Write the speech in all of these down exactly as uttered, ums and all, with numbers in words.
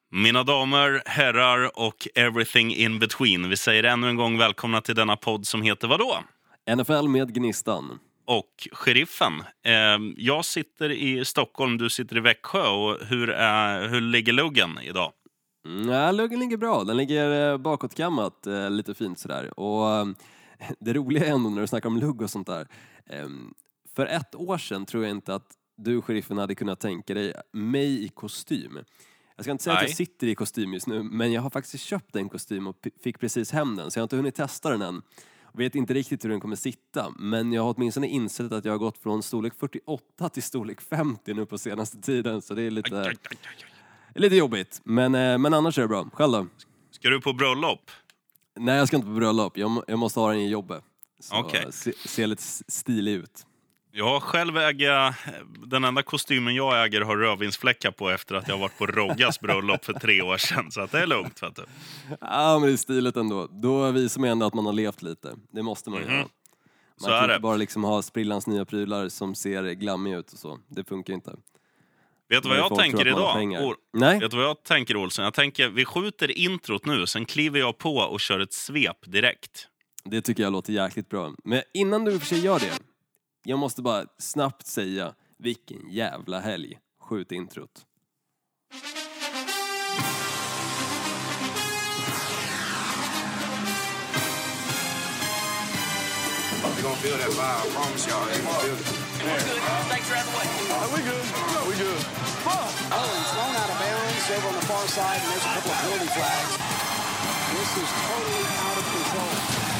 Mina damer, herrar och everything in between. Vi säger ännu en gång välkomna till denna podd som heter vadå? N F L med Gnistan. Och Sheriffen. Eh, jag sitter i Stockholm, du sitter i Växjö. Och hur, är, hur ligger luggen idag? Mm, ja, luggen ligger bra. Den ligger bakåtkammat, eh, lite fint sådär. Och eh, det roliga är ändå när du snackar om lugg och sånt där. Eh, för ett år sedan tror jag inte att du, Sheriffen, hade kunnat tänka dig mig i kostym. Jag ska inte säga Nej. att jag sitter i kostym just nu, men jag har faktiskt köpt en kostym och p- fick precis hem den. Så jag har inte hunnit testa den än. Jag vet inte riktigt hur den kommer sitta, men jag har åtminstone insett att jag har gått från storlek fyrtioåtta till storlek femtio nu på senaste tiden. Så det är lite, aj, aj, aj, aj. lite jobbigt, men, men annars är det bra. Själv då? Ska du på bröllop? Nej, jag ska inte på bröllop. Jag, jag måste ha den i jobbet. Så okay. se, se lite stilig ut. Jag själv äger, den enda kostymen jag äger har rödvinsfläckar på efter att jag har varit på Roggas bröllop för tre år sedan. Så att det är lugnt, vet du. Ja, men det är stiligt ändå. Då visar man ändå att man har levt lite. Det måste man mm-hmm. göra. Man så kan är inte det. bara liksom ha sprillans nya prylar som ser glammiga ut och så. Det funkar inte. Vet du vad jag tänker idag? Or- Nej. Vet du vad jag tänker, Olsson? Jag tänker, vi skjuter introt nu, sen kliver jag på och kör ett svep direkt. Det tycker jag låter jäkligt bra. Men innan du för sig gör det, jag måste bara snabbt säga vilken jävla helg. Skjut introt. We're gonna feel that vibe, I promise y'all. They're gonna feel it. We're good. Thanks for having me. Are we good? No, we good. Fuck! Oh, he's thrown out of bounds over on the far side, and there's a couple of penalty flags. This is totally out of control.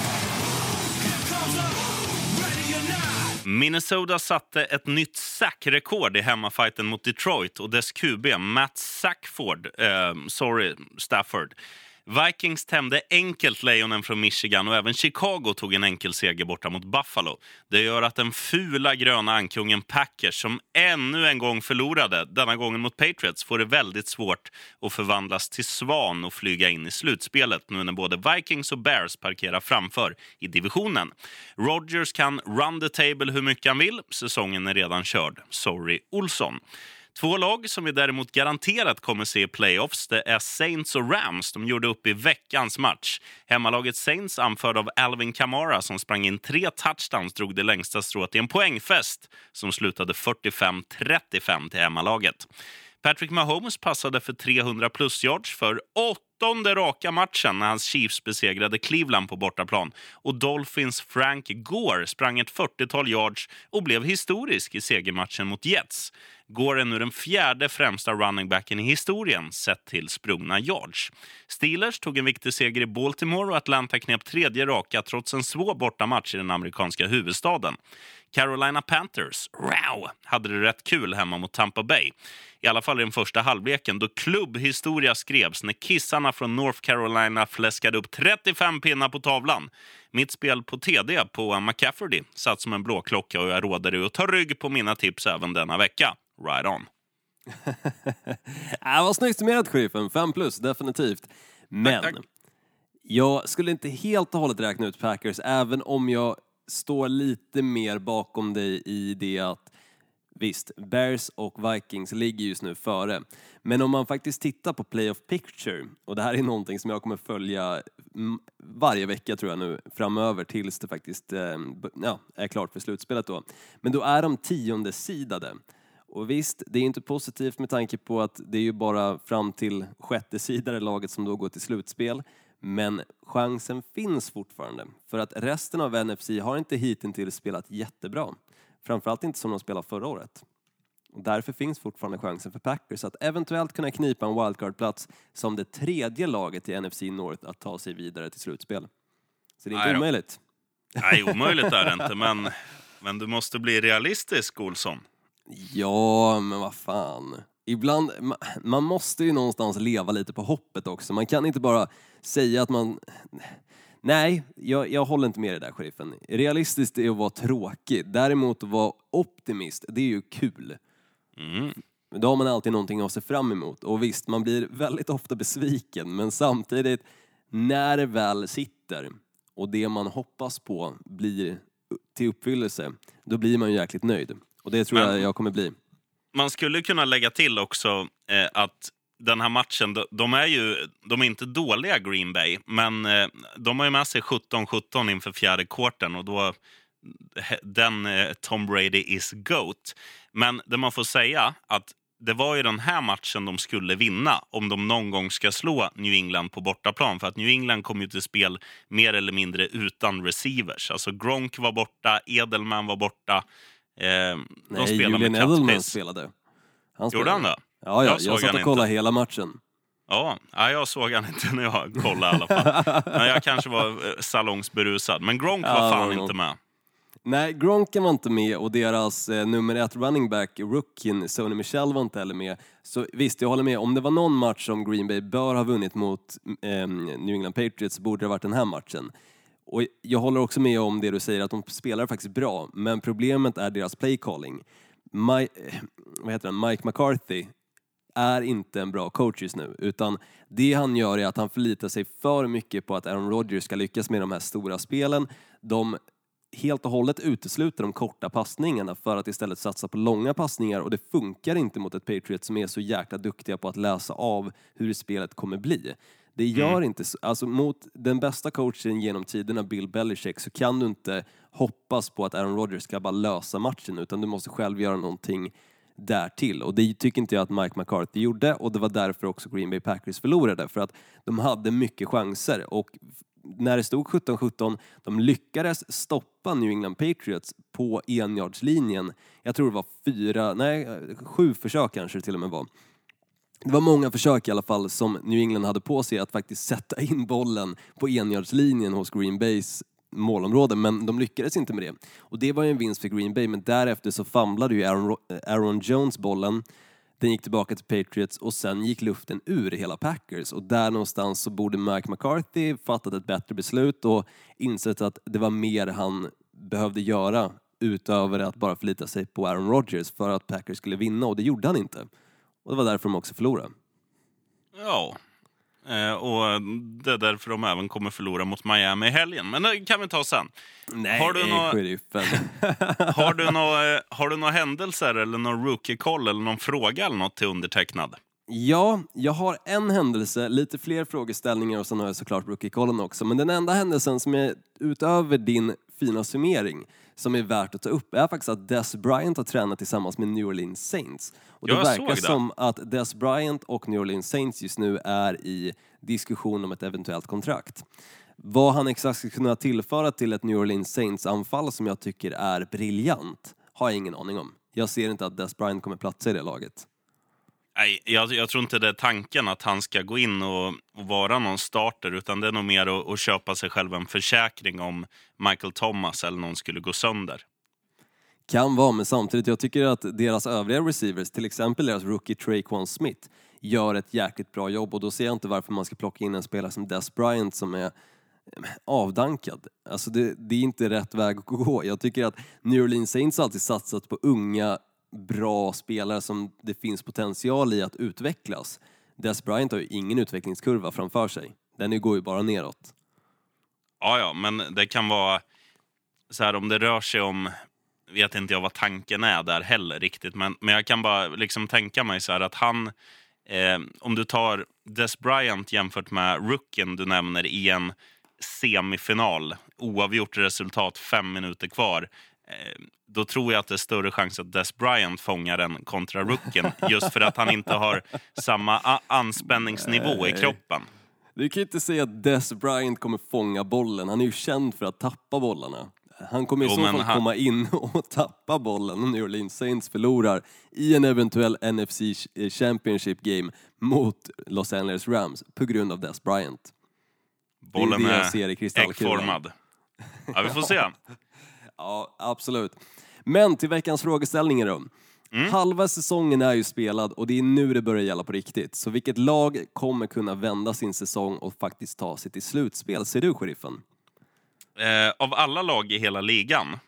Minnesota satte ett nytt sack-rekord i hemmafighten mot Detroit och dess Q B Matt Sackford, eh, sorry Stafford. Vikings tämde enkelt Lejonen från Michigan och även Chicago tog en enkel seger borta mot Buffalo. Det gör att den fula gröna ankungen Packers, som ännu en gång förlorade, denna gången mot Patriots, får det väldigt svårt att förvandlas till svan och flyga in i slutspelet nu när både Vikings och Bears parkerar framför i divisionen. Rodgers kan run the table hur mycket han vill. Säsongen är redan körd. Sorry, Olsson. Två lag som vi däremot garanterat kommer se i playoffs, det är Saints och Rams. De gjorde upp i veckans match. Hemmalaget Saints, anförd av Alvin Kamara som sprang in tre touchdowns, drog det längsta strået i en poängfest som slutade fyrtiofem trettiofem till hemmalaget. Patrick Mahomes passade för trehundra plus yards för åttonde raka matchen när hans Chiefs besegrade Cleveland på bortaplan. Och Dolphins Frank Gore sprang ett fyrtiotal yards och blev historisk i segermatchen mot Jets. Gore är nu den fjärde främsta runningbacken i historien sett till sprungna yards. Steelers tog en viktig seger i Baltimore och Atlanta knep tredje raka trots en svår bortamatch i den amerikanska huvudstaden. Carolina Panthers, wow, hade det rätt kul hemma mot Tampa Bay. I alla fall i den första halvleken då klubbhistoria skrevs när kissarna från North Carolina fläskade upp trettiofem pinnar på tavlan. Mitt spel på T D på McCafferty satt som en blåklocka och jag rådde dig att ta rygg på mina tips även denna vecka. Right on. Ja, vad snyggt med Sheriffen. Fem plus, definitivt. Men tack, tack. Jag skulle inte helt och hållet räkna ut Packers, även om jag står lite mer bakom dig i det att visst, Bears och Vikings ligger just nu före. Men om man faktiskt tittar på playoff picture, och det här är någonting som jag kommer följa varje vecka tror jag nu framöver tills det faktiskt eh, ja, är klart för slutspelet då. Men då är de tionde sidade. Och visst, det är inte positivt med tanke på att det är ju bara fram till sjätte sidare laget som då går till slutspel. Men chansen finns fortfarande. För att resten av N F C har inte hittills spelat jättebra. Framförallt inte som de spelade förra året. Och därför finns fortfarande chansen för Packers att eventuellt kunna knipa en wildcard-plats som det tredje laget i N F C North att ta sig vidare till slutspel. Så det är inte Nej, omöjligt. Nej, omöjligt är det inte. Men, men du måste bli realistisk, Olsson. Ja, men vad fan. Ibland, man måste ju någonstans leva lite på hoppet också. Man kan inte bara säga att man... Nej, jag, jag håller inte med det där, Sheriffen. Realistiskt är att vara tråkig. Däremot att vara optimist, det är ju kul. Mm. Då har man alltid någonting att se fram emot. Och visst, man blir väldigt ofta besviken. Men samtidigt, när det väl sitter och det man hoppas på blir till uppfyllelse, då blir man ju jäkligt nöjd. Och det tror men, jag jag kommer bli. Man skulle kunna lägga till också eh, att den här matchen, de, de är ju de är inte dåliga Green Bay, men eh, de har ju med sig sjutton sjutton inför fjärde kvarten och då den eh, Tom Brady is GOAT. Men det man får säga att det var ju den här matchen de skulle vinna om de någon gång ska slå New England på bortaplan. För att New England kom ju till spel mer eller mindre utan receivers. Alltså Gronk var borta, Edelman var borta. Eh, de Nej, spelade Julian med Edelman Catspice. spelade. Han Gjorde han det? Ja, ja. Jag Jag, såg jag satt han och kollade inte. hela matchen. Ja, nej, jag såg han inte när jag kollade i alla fall. Men jag kanske var eh, salongsberusad. Men Gronk Ja, var fan det var inte med. Nej, Gronken var inte med och deras eh, nummer ett running back, rookien Sony Michel, var inte heller med. Så visst, jag håller med. Om det var någon match som Green Bay bör ha vunnit mot eh, New England Patriots så borde det ha varit den här matchen. Och jag håller också med om det du säger, att de spelar faktiskt bra. Men problemet är deras play calling. My, eh, vad heter han? Mike McCarthy är inte en bra coach just nu, utan det han gör är att han förlitar sig för mycket på att Aaron Rodgers ska lyckas med de här stora spelen. De helt och hållet utesluter de korta passningarna för att istället satsa på långa passningar, och det funkar inte mot ett Patriots som är så jäkla duktiga på att läsa av hur spelet kommer bli. Det gör mm. inte så, alltså mot den bästa coachen genom tiderna, Bill Belichick, så kan du inte hoppas på att Aaron Rodgers ska bara lösa matchen, utan du måste själv göra någonting därtill. Och det tycker inte jag att Mike McCarthy gjorde, och det var därför också Green Bay Packers förlorade, för att de hade mycket chanser, och när det stod sjutton sjutton, de lyckades stoppa New England Patriots på enjardslinjen. Jag tror det var fyra, nej, sju försök kanske till och med var. Det var många försök i alla fall som New England hade på sig att faktiskt sätta in bollen på enjardslinjen hos Green Bays målområde, men de lyckades inte med det. Och det var ju en vinst för Green Bay, men därefter så famlade ju Aaron, Aaron Jones bollen. Den gick tillbaka till Patriots och sen gick luften ur hela Packers. Och där någonstans så borde Mike McCarthy fattat ett bättre beslut och insett att det var mer han behövde göra utöver att bara förlita sig på Aaron Rodgers för att Packers skulle vinna, och det gjorde han inte. Och det var därför de också förlorade. Ja, eh, och det är därför de även kommer förlora mot Miami i helgen. Men det kan vi ta sen. Nej, har du några har du några har du några händelser eller någon rookie call eller någon fråga eller något till undertecknad? Ja, jag har en händelse, lite fler frågeställningar, och sen har jag såklart rookie-kollen också. Men den enda händelsen som är utöver din fina summering som är värt att ta upp är faktiskt att Dez Bryant har tränat tillsammans med New Orleans Saints. Och det jag verkar det. som att Dez Bryant och New Orleans Saints just nu är i diskussion om ett eventuellt kontrakt. Vad han exakt ska kunna tillföra till ett New Orleans Saints-anfall som jag tycker är briljant har jag ingen aning om. Jag ser inte att Dez Bryant kommer platsa i det laget. Nej, jag, jag tror inte det är tanken att han ska gå in och, och vara någon starter, utan det är nog mer att, att köpa sig själv en försäkring om Michael Thomas eller någon skulle gå sönder. Kan vara, men samtidigt jag tycker att deras övriga receivers, till exempel deras rookie Traquan Smith, gör ett jäkligt bra jobb, och då ser jag inte varför man ska plocka in en spelare som Dez Bryant som är avdankad. Alltså det, det är inte rätt väg att gå. Jag tycker att New Orleans Saints alltid satsat på unga bra spelare som det finns potential i att utvecklas. Dez Bryant har ju ingen utvecklingskurva framför sig. Den går ju bara neråt. Ja, ja, men det kan vara så här om det rör sig om, vet inte jag vad tanken är där heller riktigt, men, men jag kan bara liksom tänka mig så här att han, eh, om du tar Dez Bryant jämfört med rookien du nämner i en semifinal, oavgjort resultat, fem minuter kvar, eh, då tror jag att det är större chans att Dez Bryant fångar den kontra rookien, just för att han inte har samma a- anspänningsnivå i kroppen. Du kan ju inte säga att Dez Bryant kommer fånga bollen. Han är ju känd för att tappa bollarna. Han kommer i Jo, så fall han... komma in och tappa bollen om New Orleans Saints förlorar i en eventuell N F C Championship game mot Los Angeles Rams på grund av Dez Bryant. Bollen det är det är jag ser i kristallkulan. äggformad. Ja, vi får se. Ja, absolut. Men till veckans frågeställningar då. Mm. Halva säsongen är ju spelad och det är nu det börjar gälla på riktigt. Så vilket lag kommer kunna vända sin säsong och faktiskt ta sig till slutspel? Ser du, sheriffen? Eh, av alla lag i hela ligan?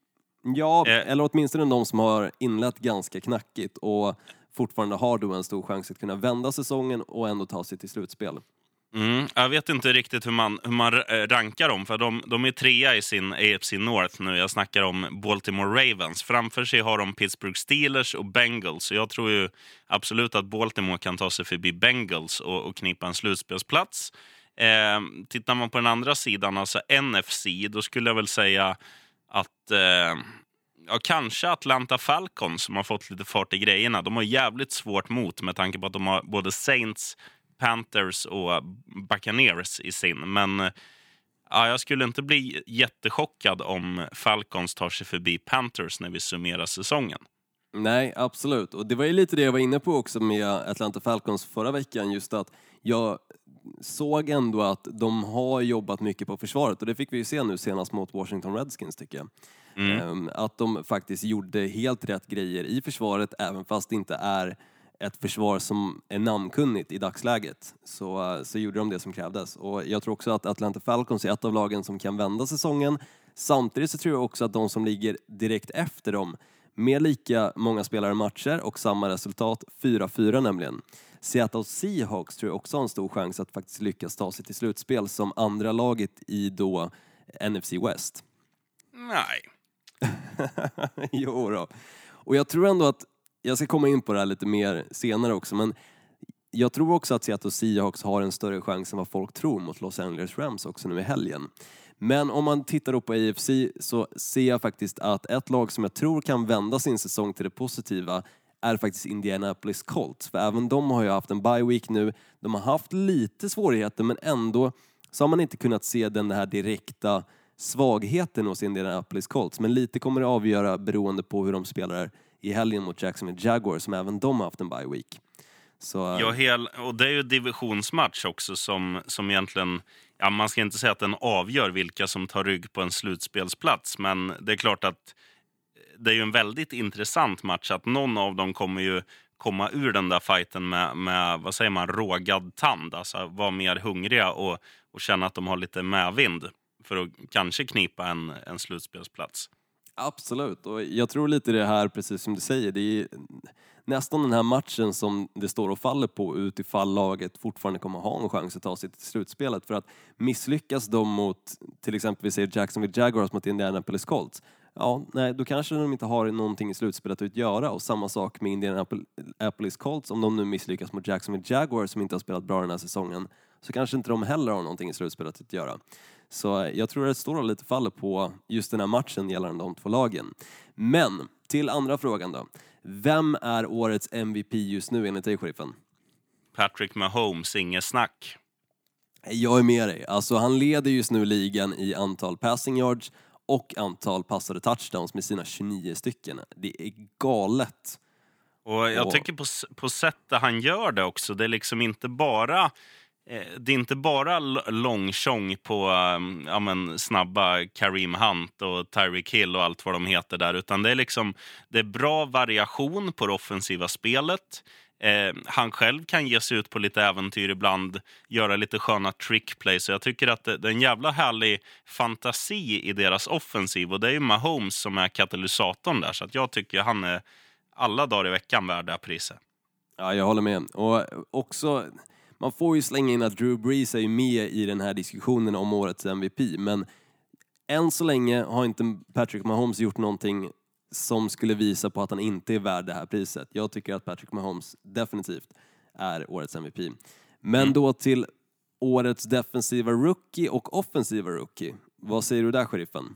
Ja, Eh. eller åtminstone de som har inlett ganska knackigt och fortfarande har då en stor chans att kunna vända säsongen och ändå ta sig till slutspel. Mm, jag vet inte riktigt hur man, hur man rankar dem, för de, de är trea i sin A F C North nu. Jag snackar om Baltimore Ravens. Framför sig har de Pittsburgh Steelers och Bengals. Så jag tror ju absolut att Baltimore kan ta sig förbi Bengals och, och knipa en slutspelsplats. Eh, tittar man på den andra sidan, alltså N F C, då skulle jag väl säga att eh, ja, kanske Atlanta Falcons, som har fått lite fart i grejerna. De har jävligt svårt mot, med tanke på att de har både Saints, Panthers och Buccaneers i sin. Men ja, jag skulle inte bli jättechockad om Falcons tar sig förbi Panthers när vi summerar säsongen. Nej, absolut. Och det var ju lite det jag var inne på också med Atlanta Falcons förra veckan. Just att jag såg ändå att de har jobbat mycket på försvaret. Och det fick vi ju se nu senast mot Washington Redskins, tycker jag. Mm. Att de faktiskt gjorde helt rätt grejer i försvaret, även fast det inte är ett försvar som är namnkunnigt i dagsläget, så, så gjorde de det som krävdes. Och jag tror också att Atlanta Falcons är ett av lagen som kan vända säsongen. Samtidigt så tror jag också att de som ligger direkt efter dem, med lika många spelare matcher och samma resultat, fyra fyra nämligen, Seattle Seahawks tror jag också har en stor chans att faktiskt lyckas ta sig till slutspel som andra laget i då N F C West. Nej. Jo då. Och jag tror ändå att jag ska komma in på det här lite mer senare också, men jag tror också att Seattle Seahawks har en större chans än vad folk tror mot Los Angeles Rams också nu i helgen. Men om man tittar då på A F C så ser jag faktiskt att ett lag som jag tror kan vända sin säsong till det positiva är faktiskt Indianapolis Colts. För även de har ju haft en bye week nu. De har haft lite svårigheter, men ändå så har man inte kunnat se den här direkta svagheten hos Indianapolis Colts. Men lite kommer det avgöra beroende på hur de spelar i helgen mot Jacksonville Jaguars, som även de har haft en bye week. Så, ja, hel, och det är ju divisionsmatch också som, som egentligen, ja, man ska inte säga att den avgör vilka som tar rygg på en slutspelsplats, men det är klart att det är ju en väldigt intressant match, att någon av dem kommer ju komma ur den där fighten med, med vad säger man, rågad tand, alltså vara mer hungriga och, och känna att de har lite medvind för att kanske knipa en, en slutspelsplats. Absolut, och jag tror lite det här, precis som du säger, det är nästan den här matchen som det står och faller på utifall laget fortfarande kommer ha en chans att ta sig till slutspelet. För att misslyckas de mot, till exempel vi säger Jacksonville Jaguars mot Indianapolis Colts, ja, nej, då kanske de inte har någonting i slutspelet att göra. Och samma sak med Indianapolis Colts, om de nu misslyckas mot Jacksonville Jaguars som inte har spelat bra den här säsongen, så kanske inte de heller har någonting i slutspelet att göra. Så jag tror att det står lite faller på just den här matchen gällande de två lagen. Men till andra frågan då. Vem är årets M V P just nu enligt dig, sheriffen? Patrick Mahomes, inget snack. Jag är med dig. Alltså han leder just nu ligan i antal passing yards och antal passade touchdowns med sina tjugonio stycken. Det är galet. Och jag och... tycker på, på sättet han gör det också. Det är liksom inte bara... Det är inte bara långtjång på ja, men, snabba Kareem Hunt och Tyreek Hill och allt vad de heter där, utan det är liksom det är bra variation på det offensiva spelet. Eh, han själv kan ge sig ut på lite äventyr ibland, göra lite sköna trickplay, så jag tycker att det, det är en jävla härlig fantasi i deras offensiv, och det är ju Mahomes som är katalysatorn där, så att jag tycker han är alla dagar i veckan värd det här priset. Ja, jag håller med. Och också... Man får ju slänga in att Drew Brees är ju med i den här diskussionen om årets M V P. Men än så länge har inte Patrick Mahomes gjort någonting som skulle visa på att han inte är värd det här priset. Jag tycker att Patrick Mahomes definitivt är årets M V P. Men mm. då till årets defensiva rookie och offensiva rookie. Vad säger du där, sheriffen?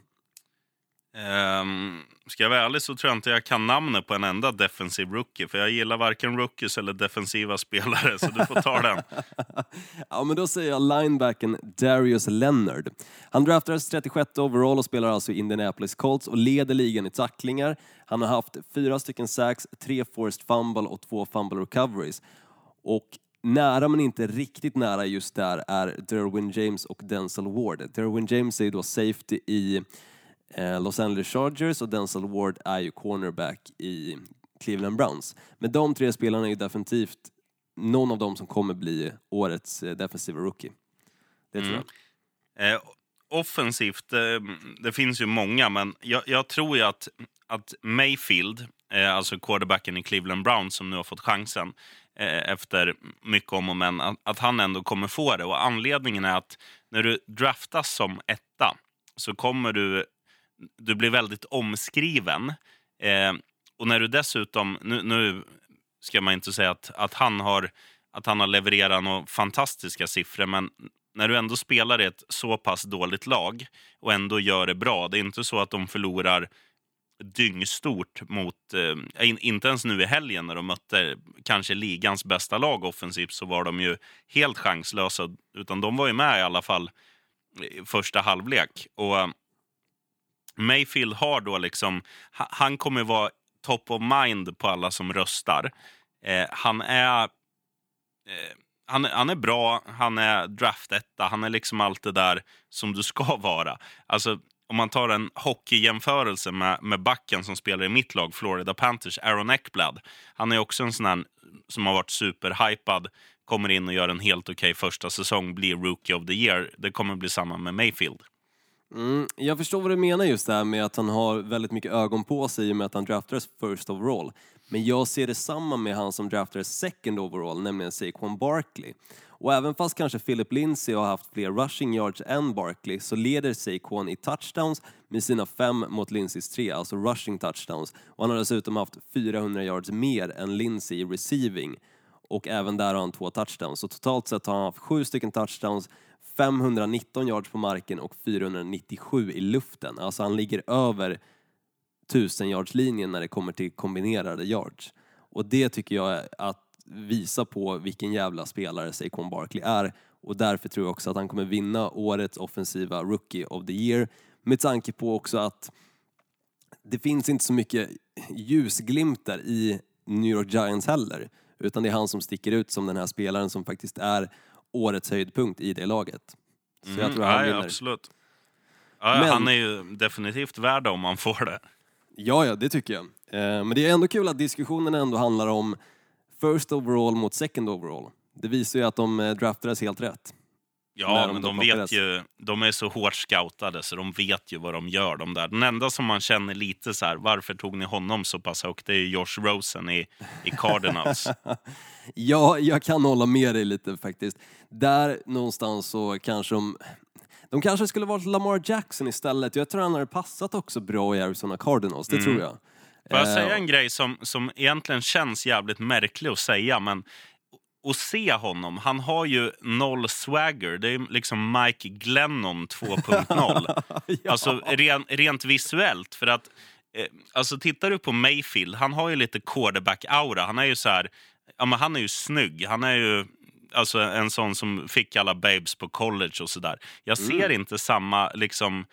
Um, ska jag vara ärlig så tror jag inte jag kan namnet på en enda defensiv rookie, för jag gillar varken rookies eller defensiva spelare, så du får ta den. Ja, men då säger jag linebacken Darius Leonard. Han draftades trettiosjätte overall och spelar alltså i Indianapolis Colts och leder ligan i tacklingar. Han har haft fyra stycken sacks, tre forced fumble och två fumble recoveries. Och nära men inte riktigt nära just där är Derwin James och Denzel Ward. Derwin James är då safety i Los Angeles Chargers och Denzel Ward är ju cornerback i Cleveland Browns. Men de tre spelarna är ju definitivt någon av dem som kommer bli årets defensiva rookie. Det tror mm. jag. Eh, offensivt, det, det finns ju många, men jag, jag tror ju att, att Mayfield, eh, alltså quarterbacken i Cleveland Browns som nu har fått chansen, eh, efter mycket om och men, att, att han ändå kommer få det. Och anledningen är att när du draftas som etta så kommer du, du blir väldigt omskriven. Eh, och när du dessutom, nu, nu ska man inte säga att, att, han har, att han har levererat några fantastiska siffror, men när du ändå spelar i ett så pass dåligt lag och ändå gör det bra, det är inte så att de förlorar dyngstort mot, eh, in, inte ens nu i helgen när de mötte kanske ligans bästa lag offensivt, så var de ju helt chanslösa, utan de var ju med i alla fall i första halvlek. Och eh, Mayfield har då liksom, ha, han kommer vara top of mind på alla som röstar. Eh, han är eh, han, han är bra, han är draftetta, han är liksom allt det där som du ska vara. Alltså om man tar en hockeyjämförelse med, med backen som spelar i mitt lag, Florida Panthers, Aaron Ekblad. Han är också en sån här som har varit superhypad, kommer in och gör en helt okej första säsong, blir Rookie of the Year. Det kommer bli samma med Mayfield. Mm, jag förstår vad du menar just där med att han har väldigt mycket ögon på sig i och med att han draftades first overall. Men jag ser det samma med han som draftades second overall, nämligen Saquon Barkley. Och även fast kanske Philip Lindsay har haft fler rushing yards än Barkley, så leder Saquon i touchdowns med sina fem mot Lindsays tre, alltså rushing touchdowns. Och han har dessutom haft fyrahundra yards mer än Lindsay i receiving. Och även där har han två touchdowns. Så totalt sett har han haft sju stycken touchdowns, femhundranitton yards på marken och fyrahundranittiosju i luften. Alltså han ligger över tusen yards linjen när det kommer till kombinerade yards. Och det tycker jag är att visa på vilken jävla spelare Saquon Barkley är. Och därför tror jag också att han kommer vinna årets offensiva Rookie of the Year. Med tanke på också att det finns inte så mycket ljusglimtar i New York Giants heller. Utan det är han som sticker ut som den här spelaren som faktiskt är årets höjdpunkt i det laget. Så Mm, jag tror han ja, vinner. absolut. Ja, Men- han är ju definitivt värd om man får det. Ja, ja, det tycker jag. Eh, men det är ändå kul att diskussionen ändå handlar om first overall mot second overall. Det visar ju att de eh, draftades helt rätt. När Ja, de men då de plockades. vet ju, de är så hårt scoutade så de vet ju vad de gör, de där. Den enda som man känner lite så här, varför tog ni honom så pass högt, det är ju Josh Rosen i, i Cardinals. Ja, jag kan hålla med dig lite faktiskt. Där någonstans så kanske de... De kanske skulle valt Lamar Jackson istället. Jag tror han hade passat också bra i Arizona Cardinals, det tror jag. Får jag Eh, säga en grej som, som egentligen känns jävligt märklig att säga, men att se honom, han har ju noll swagger. Det är liksom Mike Glennon två punkt noll. Ja. Alltså ren, rent visuellt, för att eh, alltså tittar du på Mayfield, han har ju lite quarterback-aura. Han är ju så här, ja men han är ju snygg. Han är ju alltså en sån som fick alla babes på college och sådär. Jag ser inte samma liksom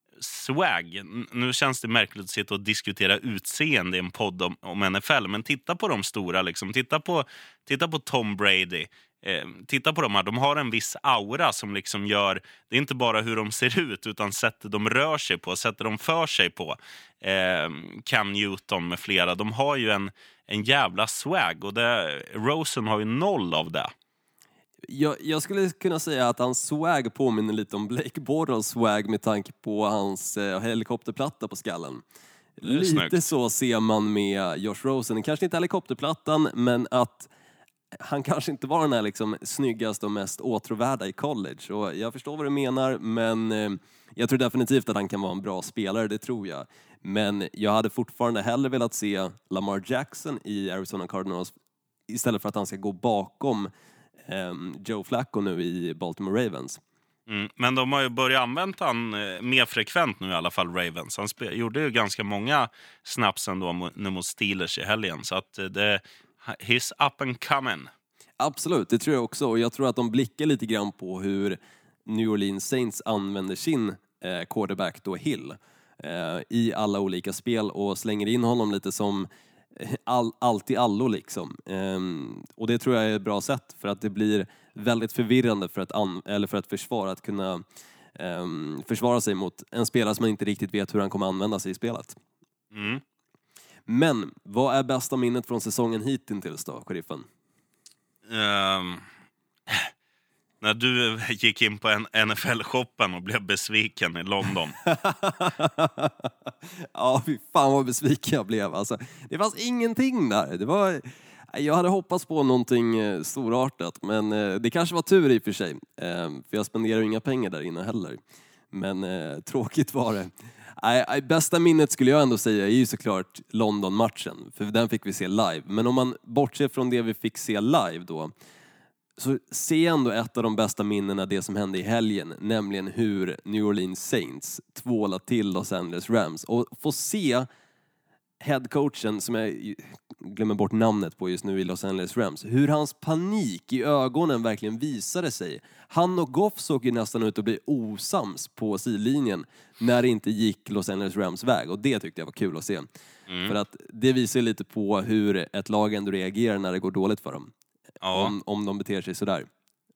swag. N- Nu känns det märkligt att sitta och diskutera utseende i en podd om, om N F L, men titta på de stora liksom. Titta på, titta på Tom Brady. Eh, titta på de här, de har en viss aura som liksom gör, det är inte bara hur de ser ut utan sättet de rör sig på, sättet de för sig på. Eh, Cam Newton med flera, de har ju en, en jävla swag, och det, Rosen har ju noll av det. Jag, jag skulle kunna säga att hans swag påminner lite om Blake Bortles swag med tanke på hans eh, helikopterplatta på skallen. är Lite snyggt. så ser man med Josh Rosen. Kanske inte helikopterplattan, men att han kanske inte var den här liksom snyggaste och mest åtråvärda i college. Och jag förstår vad du menar, men eh, jag tror definitivt att han kan vara en bra spelare, det tror jag. Men jag hade fortfarande hellre velat se Lamar Jackson i Arizona Cardinals istället för att han ska gå bakom Um, Joe Flacco nu i Baltimore Ravens. Mm, men de har ju börjat använda han eh, mer frekvent nu i alla fall, Ravens. Han spe- gjorde ju ganska många snaps ändå mo- nu mot Steelers i helgen. Så att eh, det, he's up and coming. Absolut, det tror jag också. Och jag tror att de blickar lite grann på hur New Orleans Saints använder sin eh, quarterback då Hill eh, i alla olika spel och slänger in honom lite som all, allt i allo liksom. Um, och det tror jag är ett bra sätt för att det blir väldigt förvirrande för att, an, eller för att försvara att kunna um, försvara sig mot en spelare som man inte riktigt vet hur han kommer använda sig i spelet. Mm. Men vad är bästa minnet från säsongen hittills då, sheriffen? Um, när du gick in på en N F L-shoppen och blev besviken i London. Ja, fy fan vad besviken jag blev. Alltså, det fanns ingenting där. Det var... Jag hade hoppats på någonting eh, storartat, men eh, det kanske var tur i och för sig. Eh, för jag spenderar ju inga pengar där inne heller. Men eh, tråkigt var det. I, I, bästa minnet skulle jag ändå säga är ju såklart London-matchen. För den fick vi se live. Men om man bortser från det vi fick se live då, så ser jag ändå ett av de bästa minnena det som hände i helgen. Nämligen hur New Orleans Saints tvålade till Los Angeles Rams. Och få se headcoachen, som jag glömmer bort namnet på just nu i Los Angeles Rams, hur hans panik i ögonen verkligen visade sig. Han och Goff såg ju nästan ut att bli osams på sidlinjen när det inte gick Los Angeles Rams väg. Och det tyckte jag var kul att se. Mm. För att det visar lite på hur ett lag ändå reagerar när det går dåligt för dem. Ja. Om, om de beter sig sådär.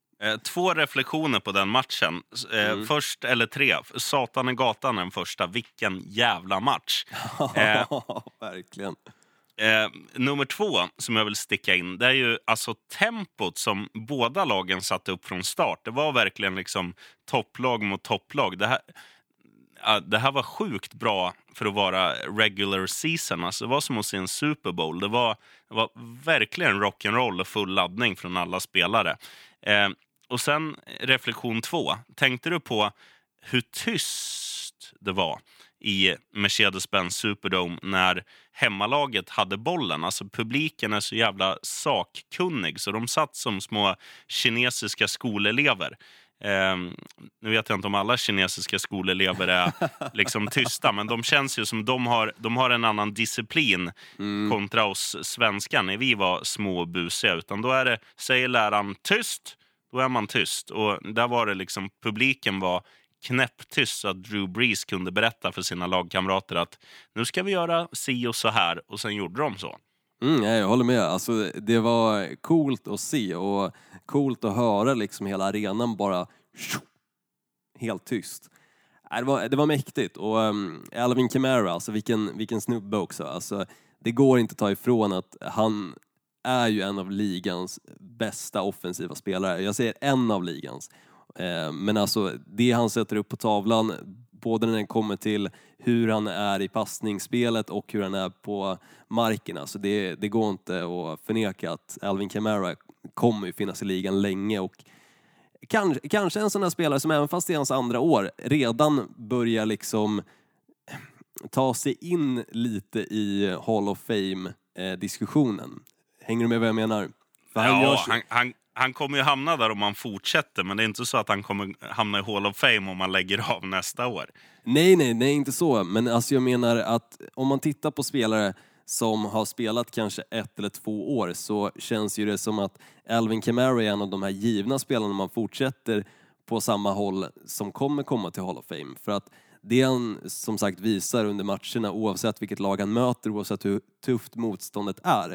Två reflektioner på den matchen. Mm. Först, eller tre. Satan i gatan den första. Vilken jävla match. eh, Verkligen. Eh, nummer två som jag vill sticka in, det är ju alltså tempot som båda lagen satte upp från start. Det var verkligen liksom topplag mot topplag. Det här, ja, det här var sjukt bra för att vara regular season. Alltså det var som att se en Super Bowl. Det var, det var verkligen rock'n'roll och full laddning från alla spelare. Eh, och sen reflektion två. Tänkte du på hur tyst det var i Mercedes-Benz Superdome när hemmalaget hade bollen? Alltså publiken är så jävla sakkunnig så de satt som små kinesiska skolelever. Eh, nu vet jag inte om alla kinesiska skolelever är liksom tysta, men de känns ju som de har, de har en annan disciplin mm. kontra oss svenskar när vi var små och busiga. Utan då är det, säger läraren tyst, då är man tyst. Och där var det liksom, publiken var knäpptyst så att Drew Brees kunde berätta för sina lagkamrater att nu ska vi göra si och så här, och sen gjorde de så. Mm, jag håller med. Alltså, det var coolt att se och coolt att höra liksom hela arenan bara helt tyst. Det var, det var mäktigt. Och um, Alvin Kamara, alltså vilken, vilken snubbe också. Alltså, det går inte att ta ifrån att han är ju en av ligans bästa offensiva spelare. Jag säger en av ligans. Eh, men alltså det han sätter upp på tavlan, både när det kommer till hur han är i passningsspelet och hur han är på marken. Alltså det, det går inte att förneka att Alvin Kamara kommer ju finnas i ligan länge, och kanske, kanske en sån här spelare som även fast i hans andra år redan börjar liksom ta sig in lite i Hall of Fame-diskussionen. Hänger du med vad jag menar? För han, ja, han, han, han kommer ju hamna där om han fortsätter, men det är inte så att han kommer hamna i Hall of Fame om han lägger av nästa år. Nej, nej, nej, inte så. Men alltså jag menar att om man tittar på spelare som har spelat kanske ett eller två år, så känns ju det som att Alvin Kamara är en av de här givna spelarna man fortsätter på samma håll som kommer komma till Hall of Fame. För att det han som sagt visar under matcherna, oavsett vilket lag han möter, oavsett hur tufft motståndet är,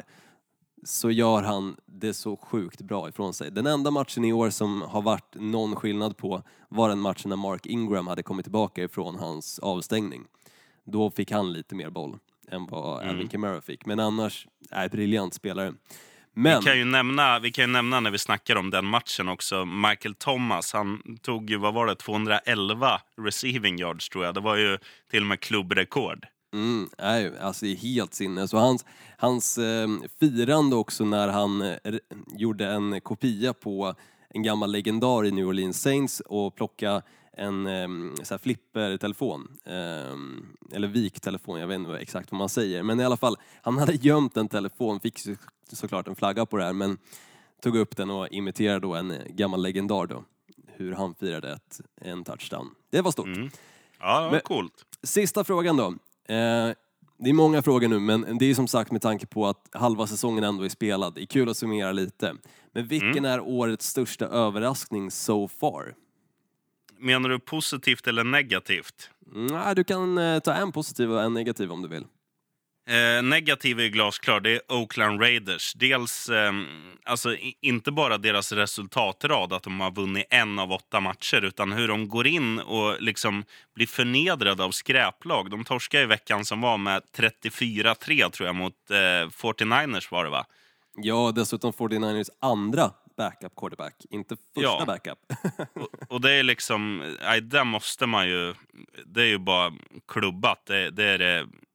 så gör han det så sjukt bra ifrån sig. Den enda matchen i år som har varit någon skillnad på var den matchen när Mark Ingram hade kommit tillbaka ifrån hans avstängning. Då fick han lite mer boll än vad mm. Alvin Kamara fick. Men annars är briljant spelare. Men... Vi kan ju nämna, vi kan ju nämna när vi snackar om den matchen också, Michael Thomas, han tog ju, vad var det, tvåhundraelva receiving yards tror jag. Det var ju till och med klubbrekord. Mm, nej, alltså det är helt sinne. Så hans, hans eh, firande också när han eh, gjorde en kopia på en gammal legendar i New Orleans Saints och plocka en eh, så här flippertelefon eh, eller viktelefon, jag vet inte exakt vad man säger, men i alla fall, han hade gömt en telefon, fick så, såklart en flagga på det här, men tog upp den och imiterade då en gammal legendar då, hur han firade ett, en touchdown. Det var stort. Mm. Ja, det var men, coolt. Sista frågan då. Eh, det är många frågor nu, men det är som sagt med tanke på att halva säsongen ändå är spelad. Det är kul att summera lite. Men vilken mm. är årets största överraskning so far? Menar du positivt eller negativt? Nej, du kan eh, ta en positiv och en negativ om du vill. Eh, negativ är glasklar, det är Oakland Raiders. Dels, eh, alltså i, inte bara deras resultatrad att de har vunnit en av åtta matcher, utan hur de går in och liksom blir förnedrade av skräplag. De torskade i veckan som var med trettiofyra tre tror jag mot eh, fyrtionioers var det va? Ja, dessutom fyrtionioers andra backup quarterback, inte första ja. backup. och, och det är liksom, nej, där måste man ju, det är ju bara klubbat, det, det är det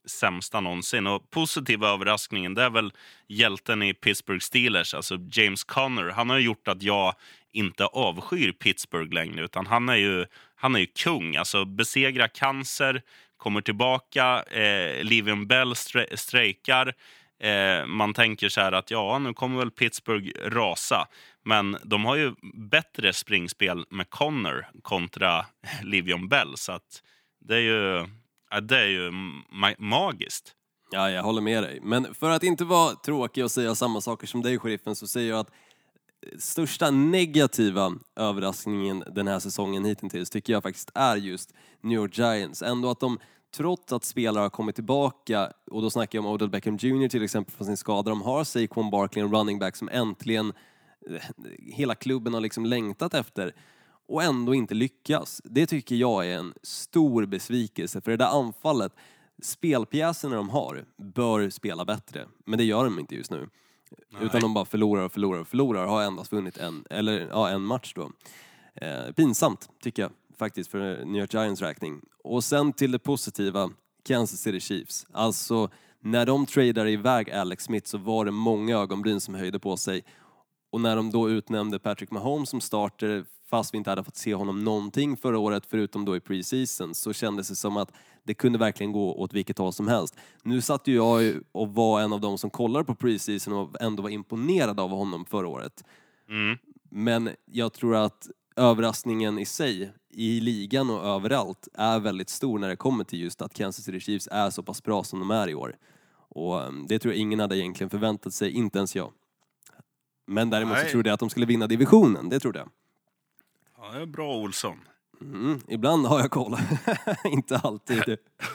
sämsta någonsin. Och positiva överraskningen, det är väl hjälten i Pittsburgh Steelers, alltså James Conner. Han har gjort att jag inte avskyr Pittsburgh längre, utan han är ju, han är ju kung. Alltså besegra cancer, kommer tillbaka, eh, Le'Veon Bell stre- strejkar. Eh, man tänker så här att ja, nu kommer väl Pittsburgh rasa. Men de har ju bättre springspel med Connor kontra Le'Veon Bell. Så att det är ju, ja, det är ju ma- magiskt. Ja, jag håller med dig. Men för att inte vara tråkig och säga samma saker som dig, sheriffen, så säger jag att största negativa överraskningen den här säsongen hittills tycker jag faktiskt är just New York Giants. Ändå att de, trots att spelare har kommit tillbaka, och då snackar jag om Odell Beckham junior till exempel från sin skada, de har Saquon Barkley, en running back som äntligen hela klubben har liksom längtat efter, och ändå inte lyckas. Det tycker jag är en stor besvikelse, för det där anfallet, spelpjäserna de har, bör spela bättre, men det gör de inte just nu. Nej. Utan de bara förlorar och förlorar och förlorar, har endast vunnit en, eller, ja, en match då. Eh, pinsamt tycker jag faktiskt för New York Giants räkning. Och sen till det positiva, Kansas City Chiefs. Alltså när de tradade iväg Alex Smith så var det många ögonbryn som höjde på sig. Och när de då utnämnde Patrick Mahomes som starter, fast vi inte hade fått se honom någonting förra året förutom då i preseason, så kändes det som att det kunde verkligen gå åt vilket håll som helst. Nu satt ju jag och var en av dem som kollade på preseason och ändå var imponerad av honom förra året. Mm. Men jag tror att överraskningen i sig, i ligan och överallt, är väldigt stor när det kommer till just att Kansas City Chiefs är så pass bra som de är i år. Och det tror jag ingen hade egentligen förväntat sig, inte ens jag. Men däremot så trodde jag att de skulle vinna divisionen, det trodde jag. Ja, det är bra, Olsson. Mm, ibland har jag koll. Inte alltid.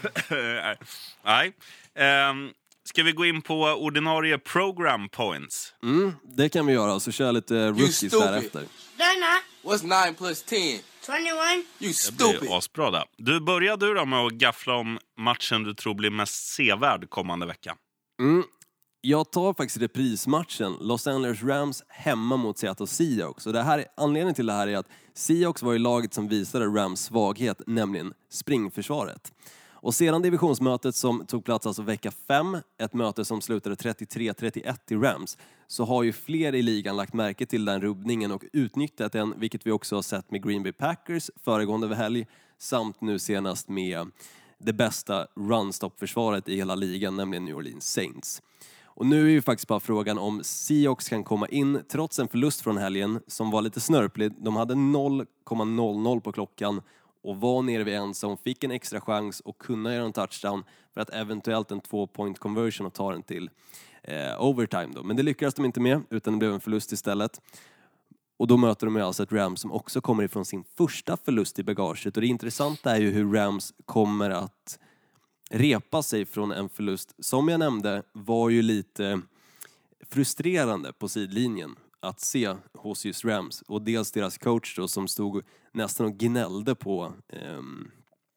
Nej. Um, ska vi gå in på ordinarie program points? Mm, det kan vi göra. Så kör lite rookies därefter. Donna. What's nine plus ten? twenty-one. You Det stupid. blir asbra där. Du, börjar du då med att gaffla om matchen du tror blir mest sevärd kommande vecka? Mm. Jag tar faktiskt reprismatchen. Los Angeles Rams hemma mot Seattle Seahawks. Och det här, anledningen till det här är att Seahawks var ju laget som visade Rams svaghet, nämligen springförsvaret. Och sedan divisionsmötet som tog plats alltså vecka fem, ett möte som slutade trettiotre trettioett i Rams, så har ju fler i ligan lagt märke till den rubbningen och utnyttjat den, vilket vi också har sett med Green Bay Packers föregående helg, samt nu senast med det bästa run-stop-försvaret i hela ligan, nämligen New Orleans Saints. Och nu är ju faktiskt bara frågan om Seahawks kan komma in trots en förlust från helgen som var lite snörplig. De hade noll komma noll noll på klockan och var nere vid en som fick en extra chans och kunna göra en touchdown för att eventuellt en två-point conversion och ta den till eh, overtime då. Men det lyckades de inte med, utan det blev en förlust istället. Och då möter de alltså ett Rams som också kommer ifrån sin första förlust i bagaget. Och det intressanta är ju hur Rams kommer att repa sig från en förlust som jag nämnde var ju lite frustrerande på sidlinjen att se hos just Rams, och dels deras coach då som stod nästan och gnällde på um,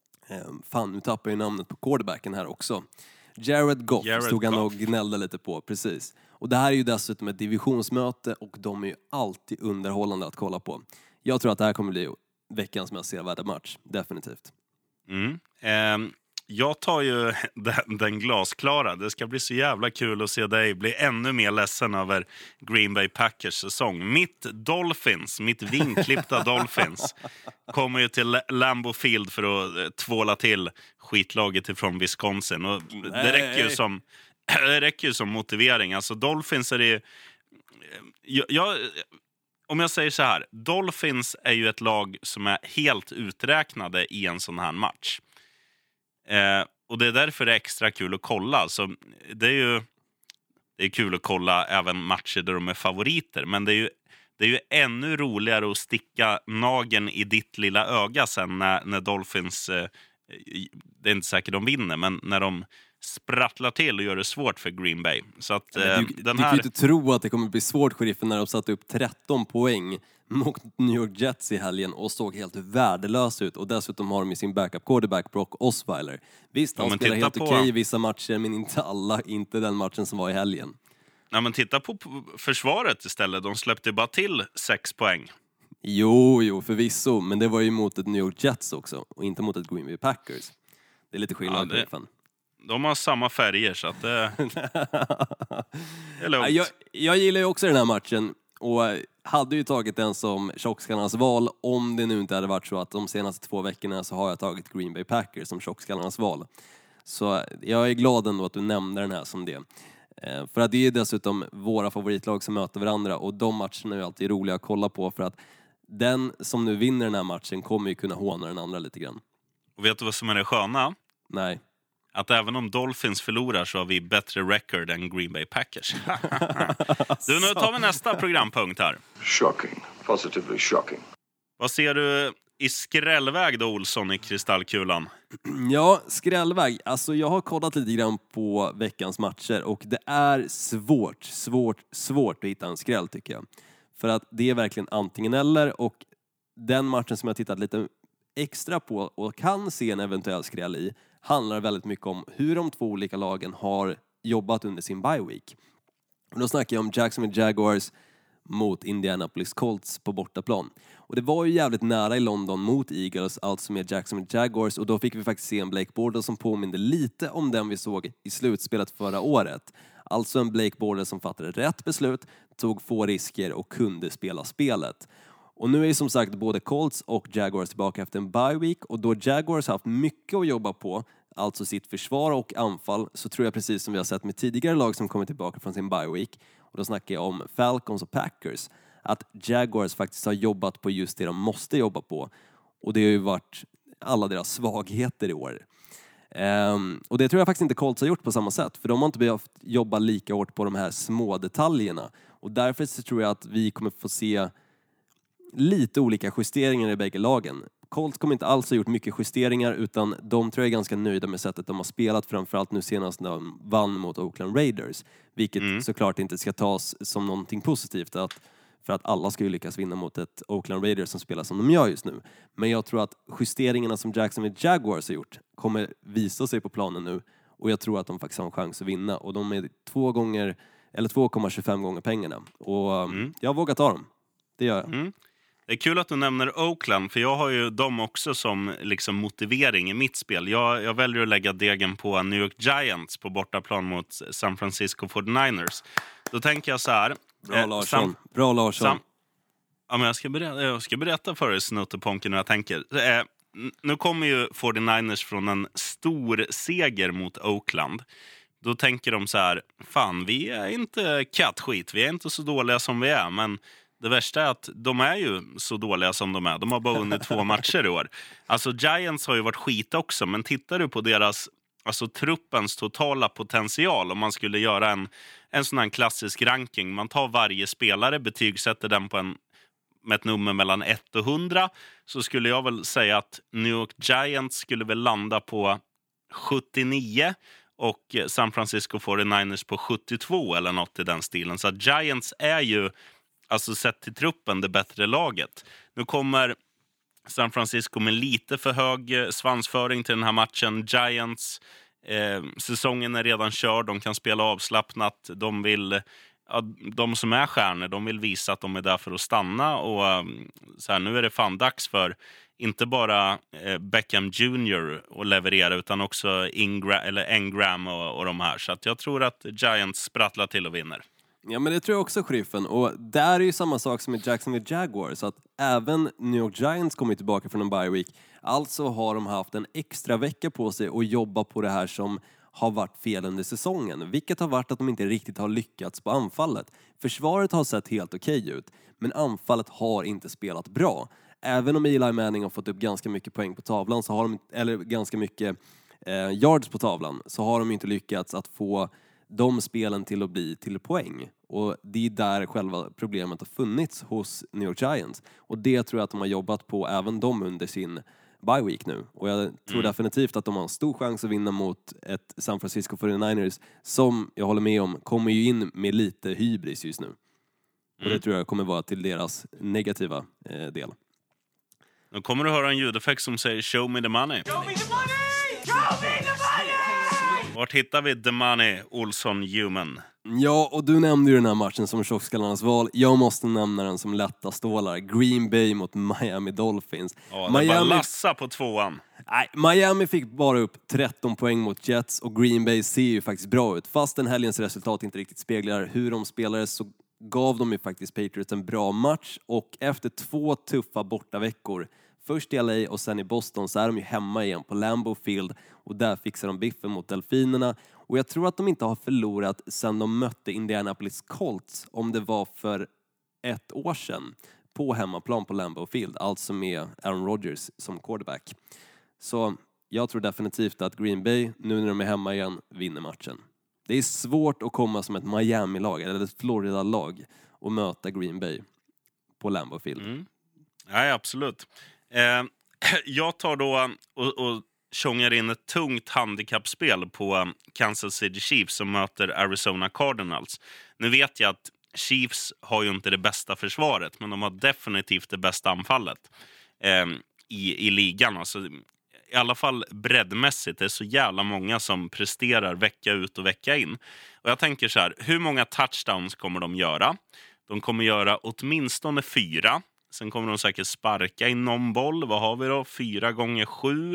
um, fan, nu tappar jag namnet på quarterbacken här också, Jared Goff Jared stod han Goff. och gnällde lite på, precis. Och det här är ju dessutom ett divisionsmöte och de är ju alltid underhållande att kolla på. Jag tror att det här kommer bli veckans mest sevärda match, definitivt. Mm. Um. Jag tar ju den, den glasklara. Det ska bli så jävla kul att se dig bli ännu mer ledsen över Green Bay Packers säsong. Mitt Dolphins, mitt vinklippta Dolphins, kommer ju till Lambeau Field för att tvåla till skitlaget ifrån Wisconsin. Och det räcker ju som, det räcker ju som motivering. Alltså Dolphins är det... Jag, jag, om jag säger så här, Dolphins är ju ett lag som är helt uträknade i en sån här match. Eh, och det är därför det är extra kul att kolla. Så det är ju det är kul att kolla även matcher där de är favoriter. Men det är ju, det är ju ännu roligare att sticka nageln i ditt lilla öga sen när, när Dolphins, eh, det är inte säkert de vinner, men när de sprattlar till och gör det svårt för Green Bay. Så att, eh, du, den du här... kan ju inte tro att det kommer bli svårt, sheriffen, när de satte upp tretton poäng mot New York Jets i helgen och såg helt värdelös ut. Och dessutom har de i sin backup quarterback Brock Osweiler. Visst, han ja, spelar helt på... okej i vissa matcher, men inte alla, inte den matchen som var i helgen. Ja, men titta på försvaret istället. De släppte bara till sex poäng. Jo, jo, förvisso. Men det var ju mot ett New York Jets också och inte mot ett Green Bay Packers. Det är lite skillnad, ja, det... sheriffen. de har samma färger så att det, det är lugnt. Jag, jag gillar ju också den här matchen och hade ju tagit den som tjockskallarnas val om det nu inte hade varit så att de senaste två veckorna så har jag tagit Green Bay Packers som tjockskallarnas val. Så jag är glad ändå att du nämnde den här som det. För att det är dessutom våra favoritlag som möter varandra och de matcherna är alltid roliga att kolla på för att den som nu vinner den här matchen kommer ju kunna håna den andra lite grann. Och vet du vad som är det sköna? Nej. Att även om Dolphins förlorar så har vi bättre record än Green Bay Packers. Du, nu tar vi nästa programpunkt här. Shocking. Positively shocking. Vad ser du i skrällväg då, Olsson, i kristallkulan? Ja, skrällväg. Alltså jag har kollat lite grann på veckans matcher och det är svårt, svårt, svårt att hitta en skräll tycker jag. För att det är verkligen antingen eller och den matchen som jag tittat lite extra på och kan se en eventuell skräll i handlar väldigt mycket om hur de två olika lagen har jobbat under sin bye week. Och då snackar jag om Jacksonville Jaguars mot Indianapolis Colts på bortaplan. Och det var ju jävligt nära i London mot Eagles, alltså med Jacksonville Jaguars. Och då fick vi faktiskt se en Blake Bortles som påminde lite om den vi såg i slutspelet förra året. Alltså en Blake Bortles som fattade rätt beslut, tog få risker och kunde spela spelet. Och nu är som sagt både Colts och Jaguars tillbaka efter en bye week. Och då Jaguars har haft mycket att jobba på, alltså sitt försvar och anfall, så tror jag precis som vi har sett med tidigare lag som kommer tillbaka från sin bye week, och då snackar jag om Falcons och Packers, att Jaguars faktiskt har jobbat på just det de måste jobba på. Och det har ju varit alla deras svagheter i år. Um, och det tror jag faktiskt inte Colts har gjort på samma sätt, för de har inte behövt jobba lika hårt på de här små detaljerna. Och därför så tror jag att vi kommer få se lite olika justeringar i bägge lagen. Colts kommer inte alls ha gjort mycket justeringar, utan de tror jag är ganska nöjda med sättet de har spelat, framförallt nu senast när de vann mot Oakland Raiders. Vilket mm. såklart inte ska tas som någonting positivt, att, för att alla ska ju lyckas vinna mot ett Oakland Raiders som spelar som de gör just nu. Men jag tror att justeringarna som Jacksonville Jaguars har gjort kommer visa sig på planen nu, och jag tror att de faktiskt har en chans att vinna. Och de är två gånger, eller två komma tjugofem gånger pengarna. Och mm. jag vågar ta dem. Det gör jag. Mm. Det är kul att du nämner Oakland, för jag har ju dem också som liksom motivering i mitt spel. Jag, jag väljer att lägga degen på New York Giants på bortaplan mot San Francisco fyrtionioers. Då tänker jag så här. Bra eh, Larsson. Sam, Bra Larsson. Sam, ja, men jag ska berätta, jag ska berätta för er, snutteponken, hur jag tänker. Eh, nu kommer ju fyrtionioers från en stor seger mot Oakland. Då tänker de så här, fan, vi är inte kattskit, vi är inte så dåliga som vi är, men det värsta är att de är ju så dåliga som de är. De har bara vunnit två matcher i år. Alltså Giants har ju varit skit också, men tittar du på deras, alltså truppens totala potential, om man skulle göra en, en sån här klassisk ranking, man tar varje spelare, betygsätter den på en, med ett nummer mellan ett och hundra, så skulle jag väl säga att New York Giants skulle väl landa på sjuttionio och San Francisco fyrtionioers på sjuttiotvå eller något i den stilen. Så att Giants är ju, alltså sett till truppen, det bättre laget. Nu kommer San Francisco med lite för hög svansföring till den här matchen. Giants, eh, säsongen är redan körd, de kan spela avslappnat. De vill, ja, de som är stjärnor, de vill visa att de är där för att stanna. Och så här, nu är det fan dags för inte bara eh, Beckham junior att leverera, utan också Ingram, eller Engram och, och de här. Så att jag tror att Giants sprattlar till och vinner. Ja, men det tror jag också, Sheriffen. Och där är ju samma sak som med Jacksonville Jaguars. Att även New York Giants kommer tillbaka från en bye week. Alltså har de haft en extra vecka på sig att jobba på det här som har varit fel under säsongen. Vilket har varit att de inte riktigt har lyckats på anfallet. Försvaret har sett helt okej ut, men anfallet har inte spelat bra. Även om Eli Manning har fått upp ganska mycket poäng på tavlan, så har de, eller ganska mycket eh, yards på tavlan, så har de inte lyckats att få de spelen till att bli till poäng. Och det är där själva problemet har funnits hos New York Giants. Och det tror jag att de har jobbat på, även de under sin bye week nu. Och jag tror mm. definitivt att de har en stor chans att vinna mot ett San Francisco fyrtionioers som, jag håller med om, kommer ju in med lite hybris just nu. Och mm. det tror jag kommer vara till deras negativa eh, del. Nu kommer du höra en ljudeffekt som säger "Show me the money". Show me the money! Show me the money! Vart hittar vi the money, Olsson Human? Ja, och du nämnde ju den här matchen som tjockskallarnas val. Jag måste nämna den som lätta stålar. Green Bay mot Miami Dolphins. Ja, det Miami... var Lassa på tvåan. Nej, Miami fick bara upp tretton poäng mot Jets och Green Bay ser ju faktiskt bra ut. Fast den helgens resultat inte riktigt speglar hur de spelade så gav de ju faktiskt Patriots en bra match. Och efter två tuffa bortaveckor, först i L A och sen i Boston, så är de ju hemma igen på Lambeau Field. Och där fixar de biffen mot Delfinerna. Och jag tror att de inte har förlorat sen de mötte Indianapolis Colts, om det var för ett år sedan, på hemmaplan på Lambeau Field. Alltså med Aaron Rodgers som quarterback. Så jag tror definitivt att Green Bay, nu när de är hemma igen, vinner matchen. Det är svårt att komma som ett Miami-lag eller ett Florida-lag och möta Green Bay på Lambeau Field. Mm. Nej, absolut. Eh, jag tar då och, och tjongar in ett tungt handikappspel på Kansas City Chiefs som möter Arizona Cardinals. Nu vet jag att Chiefs har ju inte det bästa försvaret, men de har definitivt det bästa anfallet eh, i, i ligan. Alltså, i alla fall breddmässigt, det är så jävla många som presterar vecka ut och vecka in. Och jag tänker så här, hur många touchdowns kommer de göra? De kommer göra åtminstone fyra. Sen kommer de säkert sparka in någon boll. Vad har vi då? Fyra gånger sju.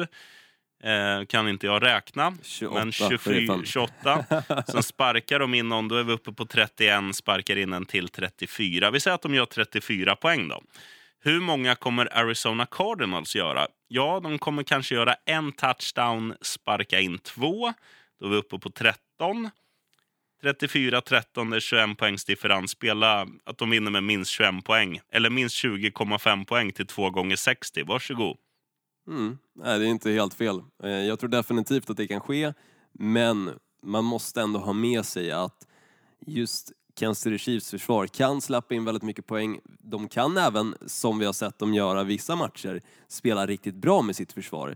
Eh, kan inte jag räkna. tjugoåtta, men tjugofyra, tjugoåtta. Sen sparkar de in någon. Då är vi uppe på trettioen. Sparkar in en till trettiofyra. Vi säger att de gör trettiofyra poäng då. Hur många kommer Arizona Cardinals göra? Ja, de kommer kanske göra en touchdown, sparka in två. Då är vi uppe på tretton. trettiofyra tretton, det är tjugoen poängs differens. Spela att de vinner med minst tjugoen poäng. Eller minst tjugo komma fem poäng till två gånger sextio. Varsågod. Mm. Nej, det är inte helt fel. Jag tror definitivt att det kan ske. Men man måste ändå ha med sig att just Kansas City Chiefs försvar kan släppa in väldigt mycket poäng. De kan även, som vi har sett dem göra vissa matcher, spela riktigt bra med sitt försvar.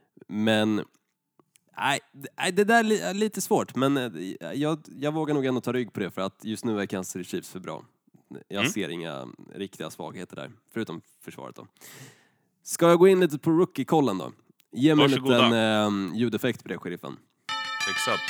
Men nej, det där är lite svårt. Men jag, jag vågar nog ändå ta rygg på det, för att just nu är Kansas City Chiefs för bra. Jag mm. ser inga riktiga svagheter där, förutom försvaret då. Ska jag gå in lite på rookie-kollen då? Ge mig en liten eh, ljudeffekt på det, sheriffen. Exakt.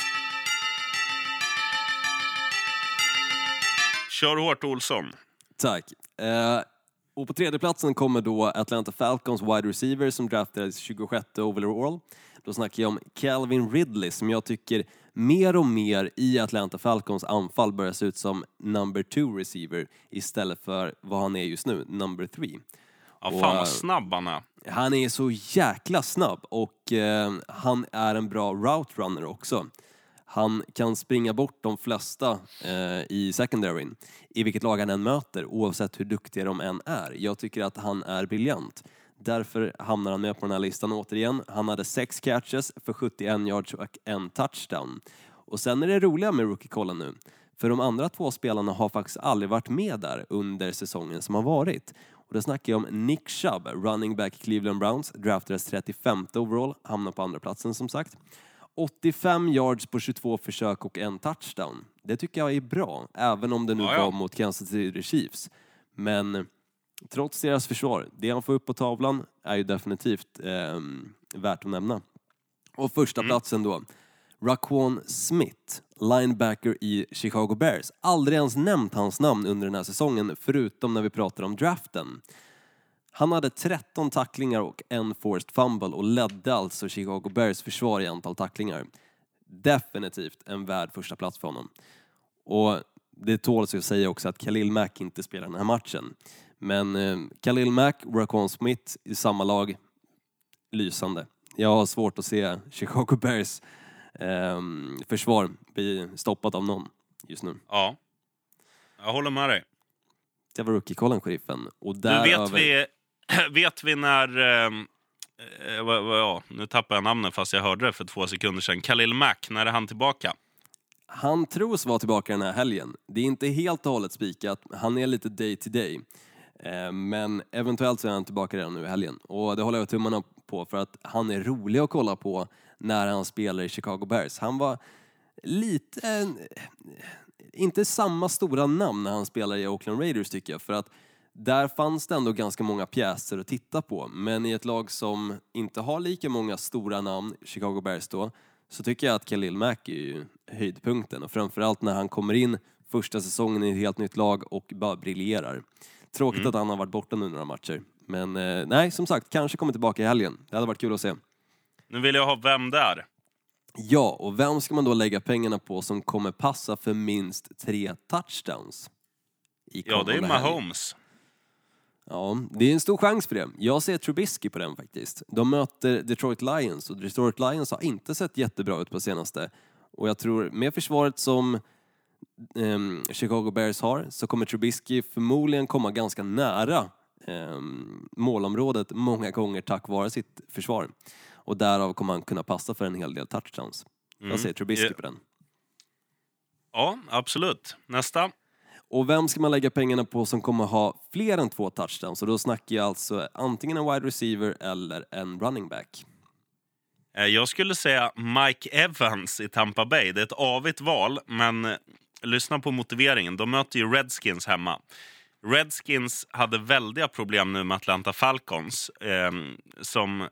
Kör hårt, Olsson. Tack. Eh, och på tredje platsen kommer då Atlanta Falcons wide receiver som draftades tjugosjätte overall. Då snackar jag om Calvin Ridley, som jag tycker mer och mer i Atlanta Falcons anfall börjar se ut som number two receiver istället för vad han är just nu, number three. Ja, fan vad snabb han är. Han är så jäkla snabb och eh, han är en bra route runner också. Han kan springa bort de flesta eh, i secondaryn, i vilket lag han än möter, oavsett hur duktiga de än är. Jag tycker att han är briljant. Därför hamnar han med på den här listan återigen. Han hade sex catches för sjuttioen yards och en touchdown. Och sen är det roliga med rookie-kollen nu. För de andra två spelarna har faktiskt aldrig varit med där under säsongen som har varit. Och då snackar jag om Nick Chubb, running back Cleveland Browns, draftades trettiofemte overall, hamnar på andra platsen som sagt. åttiofem yards på tjugotvå försök och en touchdown. Det tycker jag är bra, även om det nu ja, ja. var mot Kansas City Chiefs. Men trots deras försvar, det han får upp på tavlan är ju definitivt eh, värt att nämna. Och första mm. platsen då, Raquan Smith, linebacker i Chicago Bears. Aldrig ens nämnt hans namn under den här säsongen, förutom när vi pratar om draften. Han hade tretton tacklingar och en forced fumble och ledde alltså Chicago Bears försvar i antal tacklingar. Definitivt en värd första plats för honom. Och det tåls att säga också att Khalil Mack inte spelar den här matchen. Men eh, Khalil Mack och Raquan Smith i samma lag, lysande. Jag har svårt att se Chicago Bears eh, försvar bli stoppat av någon just nu. Ja, jag håller med dig. Det var rookie-kollen, sheriffen. Och där du vet, över... vi, vet vi när... Eh, eh, ja, nu tappar jag namnet fast jag hörde det för två sekunder sedan. Khalil Mack, när är han tillbaka? Han tros vara tillbaka den här helgen. Det är inte helt och hållet spikat. Han är lite day to day. Eh, men eventuellt så är han tillbaka redan nu i helgen. Och det håller jag tummarna på, för att han är rolig att kolla på när han spelar i Chicago Bears. Han var lite... Eh, inte samma stora namn när han spelar i Oakland Raiders, tycker jag. För att där fanns det ändå ganska många pjäser att titta på. Men i ett lag som inte har lika många stora namn, Chicago Bears då, så tycker jag att Khalil Mack är ju höjdpunkten. Och framförallt när han kommer in första säsongen i ett helt nytt lag och bara briljerar. Tråkigt mm. att han har varit borta nu några matcher. Men eh, nej, som sagt, kanske kommer tillbaka i helgen. Det hade varit kul att se. Nu vill jag ha vem där. Ja, och vem ska man då lägga pengarna på som kommer passa för minst tre touchdowns? I Ja, det är kommande helg? Mahomes. Ja, det är en stor chans för det. Jag ser Trubisky på den faktiskt. De möter Detroit Lions och Detroit Lions har inte sett jättebra ut på senaste. Och jag tror med försvaret som um, Chicago Bears har så kommer Trubisky förmodligen komma ganska nära um, målområdet många gånger tack vare sitt försvar. Och därav kommer han kunna passa för en hel del touchdowns. Mm. Jag säger Trubisky Ja. på den. Ja, absolut. Nästa. Och vem ska man lägga pengarna på som kommer ha fler än två touchdowns? Och då snackar jag alltså antingen en wide receiver eller en running back. Eh, Jag skulle säga Mike Evans i Tampa Bay. Det är ett avigt val, men eh, lyssna på motiveringen. De möter ju Redskins hemma. Redskins hade väldiga problem nu med Atlanta Falcons eh, som,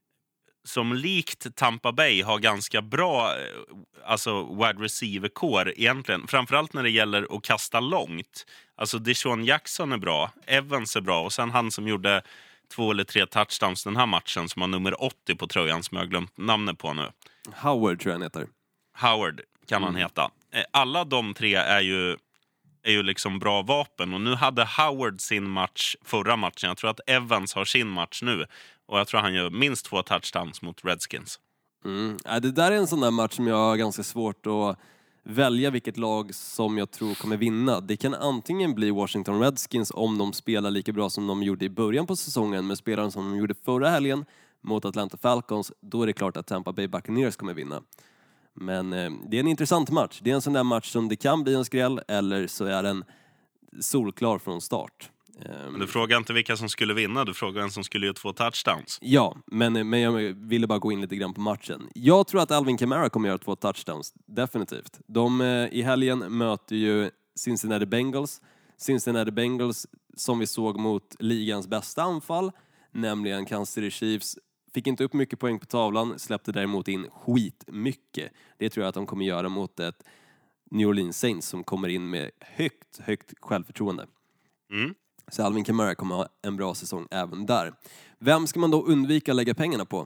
som likt Tampa Bay har ganska bra eh, alltså wide receiver-core egentligen. Framförallt när det gäller att kasta långt. Alltså Deshaun Jackson är bra, Evans är bra och sen han som gjorde två eller tre touchdowns den här matchen som har nummer åttio på tröjan som jag har glömt namnet på nu. Howard tror jag han heter. Howard kan han Mm. heta. Eh, Alla de tre är ju, är ju liksom bra vapen. Och nu hade Howard sin match förra matchen. Jag tror att Evans har sin match nu. Och jag tror han gör minst två touchdowns mot Redskins. Mm. Ja, det där är en sån där match som jag har ganska svårt att välja vilket lag som jag tror kommer vinna. Det kan antingen bli Washington Redskins om de spelar lika bra som de gjorde i början på säsongen, men spelar de som de gjorde förra helgen mot Atlanta Falcons, då är det klart att Tampa Bay Buccaneers kommer vinna. Men eh, det är en intressant match. Det är en sån där match som det kan bli en skräll eller så är den solklar från start. Eh, Men du frågar inte vilka som skulle vinna. Du frågar en som skulle göra två touchdowns. Ja, men, men jag ville bara gå in lite grann på matchen. Jag tror att Alvin Kamara kommer göra två touchdowns, definitivt. De eh, i helgen möter ju Cincinnati Bengals. Cincinnati Bengals som vi såg mot ligans bästa anfall, nämligen Kansas City Chiefs. Fick inte upp mycket poäng på tavlan, släppte däremot in skitmycket. Det tror jag att de kommer göra mot ett New Orleans Saints som kommer in med högt, högt självförtroende. Mm. Så Alvin Kamara kommer ha en bra säsong även där. Vem ska man då undvika att lägga pengarna på?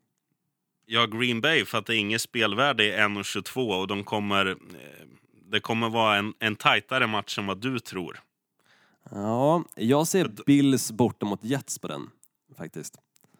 Ja, Green Bay, för att det är inget spelvärde i en komma tjugotvå och de kommer, eh, det kommer vara en, en tajtare match än vad du tror. Ja, jag ser Bills borta mot Jets på den, faktiskt.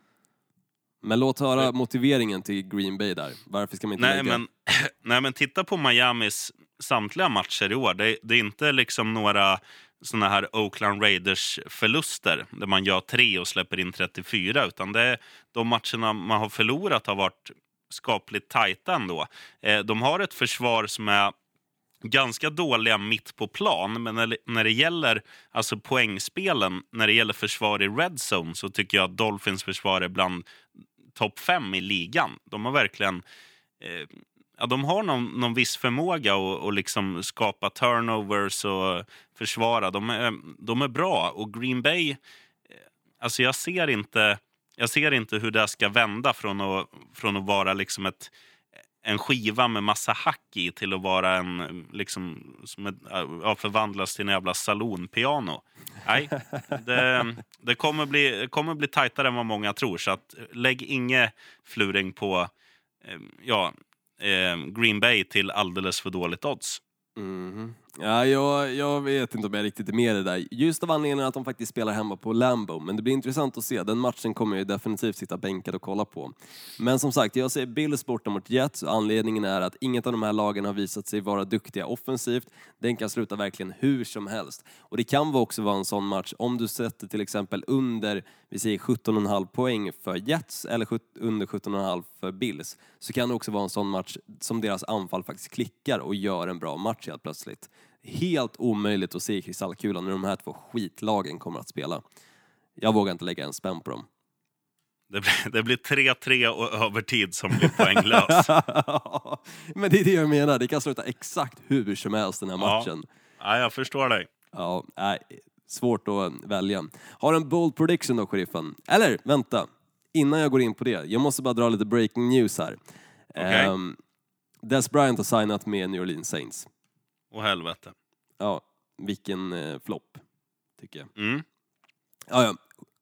Men låt höra motiveringen till Green Bay där. Varför ska man inte Nej lägga... men, nej, men titta på Miamis samtliga matcher i år. Det, det är inte liksom några såna här Oakland Raiders-förluster där man gör tre och släpper in trettiofyra, utan det är de matcherna man har förlorat har varit skapligt tajta ändå. Eh, de har ett försvar som är ganska dåliga mitt på plan, men när, när det gäller alltså poängspelen, när det gäller försvar i red zone, så tycker jag att Dolphins försvar är bland topp fem i ligan. De har verkligen eh, ja, de har någon, någon viss förmåga att, att liksom skapa turnovers och försvara. De är, de är bra, och Green Bay, eh, alltså jag ser inte jag ser inte hur det ska vända från att, från att vara liksom ett en skiva med massa hack i till att vara en liksom som ett, ja, förvandlas till en jävla salonpiano. Nej, det, det kommer bli det kommer bli tajtare än vad många tror, så att lägg inget fluring på eh, ja, eh, Green Bay till alldeles för dåligt odds. Mm. Ja, jag, jag vet inte om jag riktigt är med i det där. Just av anledningen att de faktiskt spelar hemma på Lambeau. Men det blir intressant att se. Den matchen kommer jag definitivt sitta bänkad och kolla på. Men som sagt, jag ser Bills borta mot Jets. Och anledningen är att inget av de här lagen har visat sig vara duktiga offensivt. Den kan sluta verkligen hur som helst. Och det kan också vara en sån match om du sätter till exempel under, vi säger sjutton komma fem poäng för Jets eller under sjutton komma fem för Bills. Så kan det också vara en sån match som deras anfall faktiskt klickar och gör en bra match helt plötsligt. Helt omöjligt att se i kristallkulan när de här två skitlagen kommer att spela. Jag vågar inte lägga en spänn på dem. Det blir, det blir tre tre och övertid som blir poänglös. Men det är det jag menar. Det kan sluta exakt hur som helst den här matchen. Ja, ja, jag förstår dig. Ja, nej, svårt att välja. Har en bold prediction då, sheriffen? Eller, vänta. Innan jag går in på det. Jag måste bara dra lite breaking news här. Okay. Um, Des Bryant har signat med New Orleans Saints. Åh helvete. Ja, vilken eh, flopp, tycker jag. Mm. Ja, ja.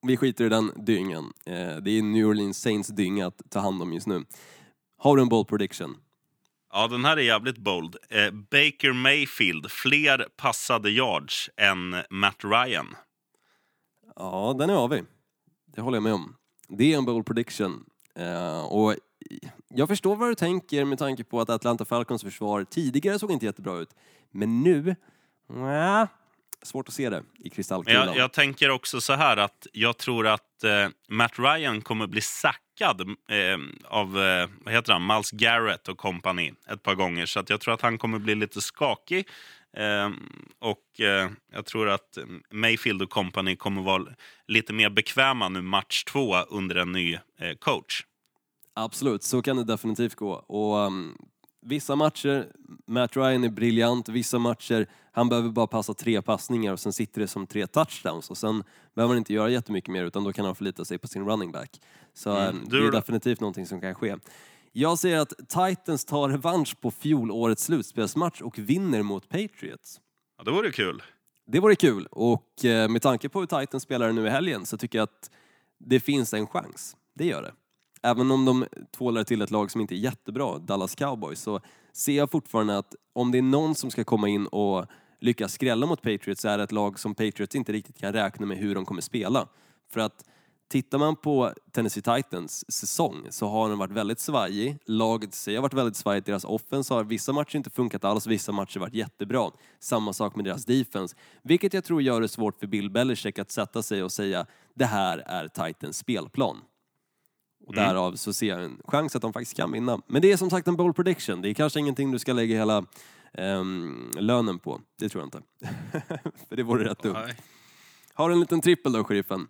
vi skiter i den dyngan. Eh, det är New Orleans Saints dynga att ta hand om just nu. Har du en bold prediction? Ja, den här är jävligt bold. Eh, Baker Mayfield, fler passade yards än Matt Ryan. Ja, den är avig. Det håller jag med om. Det är en bold prediction. Uh, och jag förstår vad du tänker med tanke på att Atlanta Falcons försvar tidigare såg inte jättebra ut. Men nu, nja, svårt att se det i kristallkulan. Jag, jag tänker också så här att jag tror att eh, Matt Ryan kommer bli sackad eh, av eh, vad heter han? Myles Garrett och company ett par gånger. Så att jag tror att han kommer bli lite skakig. Eh, och eh, jag tror att Mayfield och company kommer vara lite mer bekväma nu match två under en ny eh, coach. Absolut, så kan det definitivt gå. Och um, vissa matcher, Matt Ryan är briljant. Vissa matcher, han behöver bara passa tre passningar och sen sitter det som tre touchdowns. Och sen behöver han inte göra jättemycket mer utan då kan han förlita sig på sin running back. Så mm, um, det är definitivt någonting som kan ske. Jag ser att Titans tar revansch på fjolårets slutspelsmatch och vinner mot Patriots. Ja, det vore kul. Det vore kul. Och eh, med tanke på hur Titans spelar nu i helgen så tycker jag att det finns en chans. Det gör det. Även om de tvålar till ett lag som inte är jättebra, Dallas Cowboys, så ser jag fortfarande att om det är någon som ska komma in och lyckas skrälla mot Patriots så är det ett lag som Patriots inte riktigt kan räkna med hur de kommer spela. För att tittar man på Tennessee Titans säsong så har den varit väldigt svajig. Laget säger har varit väldigt svajigt. Deras offense har vissa matcher inte funkat alls, vissa matcher varit jättebra. Samma sak med deras defense. Vilket jag tror gör det svårt för Bill Belichick att sätta sig och säga det här är Titans spelplan. Och Mm. därav så ser jag en chans att de faktiskt kan vinna. Men det är som sagt en bold prediction. Det är kanske ingenting du ska lägga hela um, lönen på. Det tror jag inte. För det vore rätt dumt. Nej. Har du en liten trippel då, sheriffen?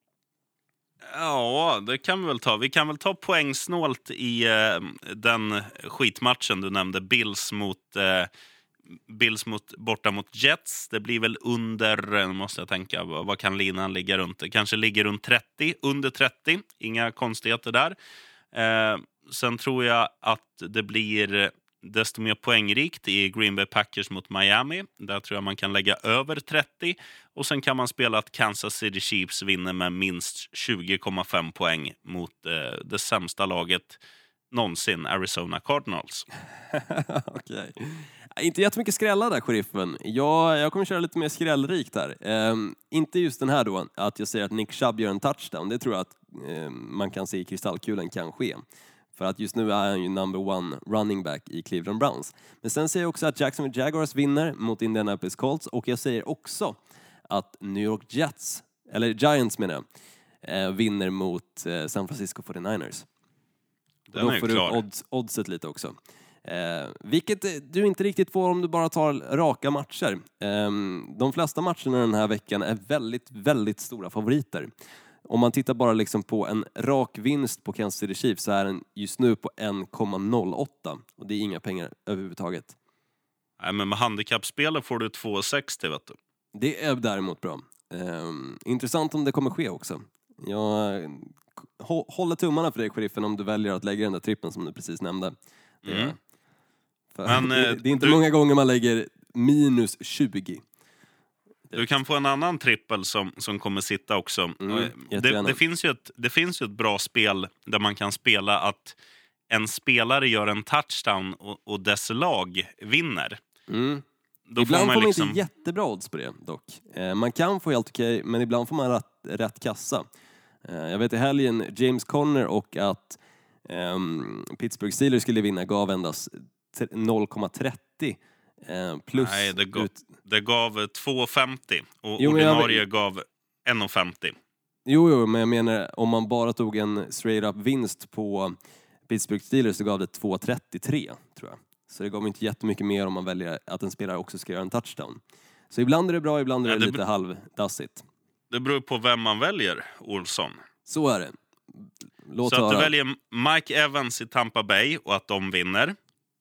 Ja, det kan vi väl ta. Vi kan väl ta poängsnålt i eh, den skitmatchen du nämnde. Bills mot eh, Bills mot, borta mot Jets. Det blir väl under, nu måste jag tänka, vad, vad kan linan ligga runt? Det kanske ligger runt trettio, under trettio. Inga konstigheter där. Eh, sen tror jag att det blir desto mer poängrikt i Green Bay Packers mot Miami. Där tror jag man kan lägga över trettio. Och sen kan man spela att Kansas City Chiefs vinner med minst tjugo komma fem poäng mot eh, det sämsta laget någonsin, Arizona Cardinals. Okej. Inte jättemycket skrälla där, sheriffen. Jag, jag kommer köra lite mer skrällrikt här. Um, inte just den här då, att jag säger att Nick Chubb gör en touchdown. Det tror jag att um, man kan se i kristallkulen kan ske. För att just nu är han ju number one running back i Cleveland Browns. Men sen säger jag också att Jacksonville Jaguars vinner mot Indianapolis Colts. Och jag säger också att New York Jets, eller Giants menar jag, eh, vinner mot eh, San Francisco fyrtionioers. Den då är får ju du klar. odds, oddset lite också. Eh, vilket du inte riktigt får om du bara tar raka matcher. Eh, de flesta matcherna den här veckan är väldigt, väldigt stora favoriter. Om man tittar bara liksom på en rak vinst på Kansas City Chiefs så är den just nu på en komma noll åtta. Och det är inga pengar överhuvudtaget. Nej, men med handikappspelare får du två sextio, vet du. Det är däremot bra. Eh, intressant om det kommer ske också. Jag hå- håller tummarna för dig, sheriffen, om du väljer att lägga den där trippen som du precis nämnde. Det, Mm. för Men, det, eh, det är inte du- många gånger man lägger minus tjugo. Du kan få en annan trippel som, som kommer sitta också. Mm, det, jättegärna. det, finns ju ett, det finns ju ett bra spel där man kan spela att en spelare gör en touchdown och, och dess lag vinner. Mm. Då Ibland får man, får man liksom... inte jättebra odds på det dock. Eh, man kan få helt okej, men ibland får man rätt, rätt kassa. Eh, jag vet i helgen, James Conner och att ehm, Pittsburgh Steelers skulle vinna gav endast t- noll komma trettio eh, plus... Nej, det gav, ut... det gav två femtio och Jo, men jag- ordinarie gav en femtio. Jo, jo, men jag menar om man bara tog en straight up vinst på Pittsburgh Steelers så gav det två trettiotre, tror jag. Så det gav inte jättemycket mer om man väljer att en spelare också ska göra en touchdown. Så ibland är det bra, ibland är det, Ja, det lite br- halvdassigt. Det beror på vem man väljer, Olsson. Så är det. Låt Så att höra. du väljer Mike Evans i Tampa Bay och att de vinner.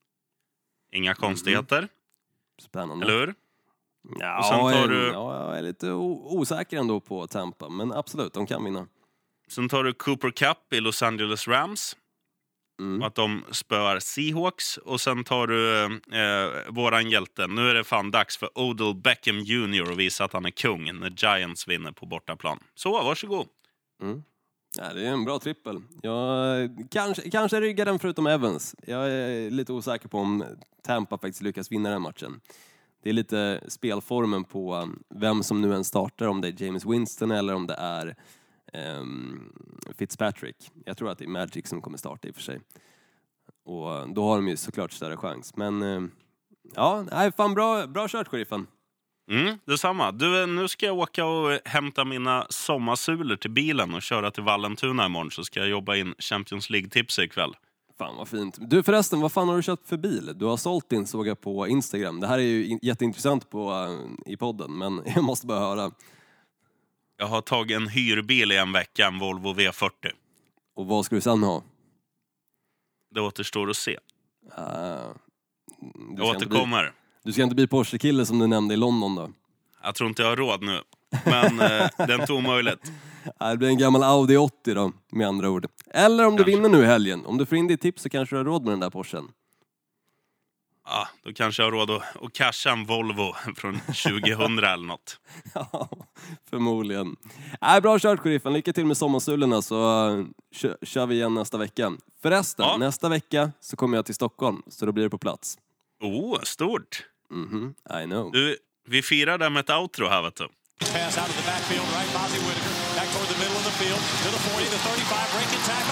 Inga konstigheter, Spännande. eller hur? Ja, Och sen tar jag, du- ja, jag är lite o- osäker ändå på Tampa, men absolut, de kan vinna. Sen tar du Cooper Cup i Los Angeles Rams. Mm. Och att de spöar Seahawks. Och sen tar du eh, våran hjälte. Nu är det fan dags för Odell Beckham junior att visa att han är kung när Giants vinner på bortaplan. Så, varsågod. Mm. Ja, det är en bra trippel. Jag kanske, kanske ryggar den förutom Evans. Jag är lite osäker på om Tampa faktiskt lyckas vinna den matchen. Det är lite spelformen på vem som nu än startar, om det är James Winston eller om det är um, Fitzpatrick. Jag tror att det är Magic som kommer starta i och för sig. Och då har de ju såklart större chans. Men um, ja, nej, fan bra, bra kört, sheriffen. Mm, detsamma. Du, nu ska jag åka och hämta mina sommarsulor till bilen och köra till Vallentuna imorgon, så ska jag jobba in Champions League-tips ikväll. Fan vad fint. Du förresten, vad fan har du köpt för bil? Du har sålt din, såg jag på Instagram. Det här är ju jätteintressant på, i podden, men jag måste bara höra. Jag har tagit en hyrbil i en vecka, en Volvo V fyrtio. Och vad ska du sen ha? Det återstår att se. Uh, jag återkommer. Bli, du ska inte bli Porsche-kille som du nämnde i London då? Jag tror inte jag har råd nu. Men eh, det är inte omöjligt. Det blir en gammal Audi åttio då, med andra ord. Eller om kanske. Du vinner nu i helgen. Om du får in ditt tips så kanske du har råd med den där Porschen. Ja, då kanske jag har råd att, att casha en Volvo från tjugohundra eller något. Ja, förmodligen. Äh, bra kört, sheriffen. Lycka till med sommarsulorna, så uh, kör, kör vi igen nästa vecka. Förresten, ja. nästa vecka så kommer jag till Stockholm, så då blir det på plats. Oh, stort. Mhm, I know. Du, vi firar där med ett outro här, vet du. Pass out of the backfield, right? Bozzy Whitaker back toward the middle of the field to the forty, the thirty-five, breaking tackle.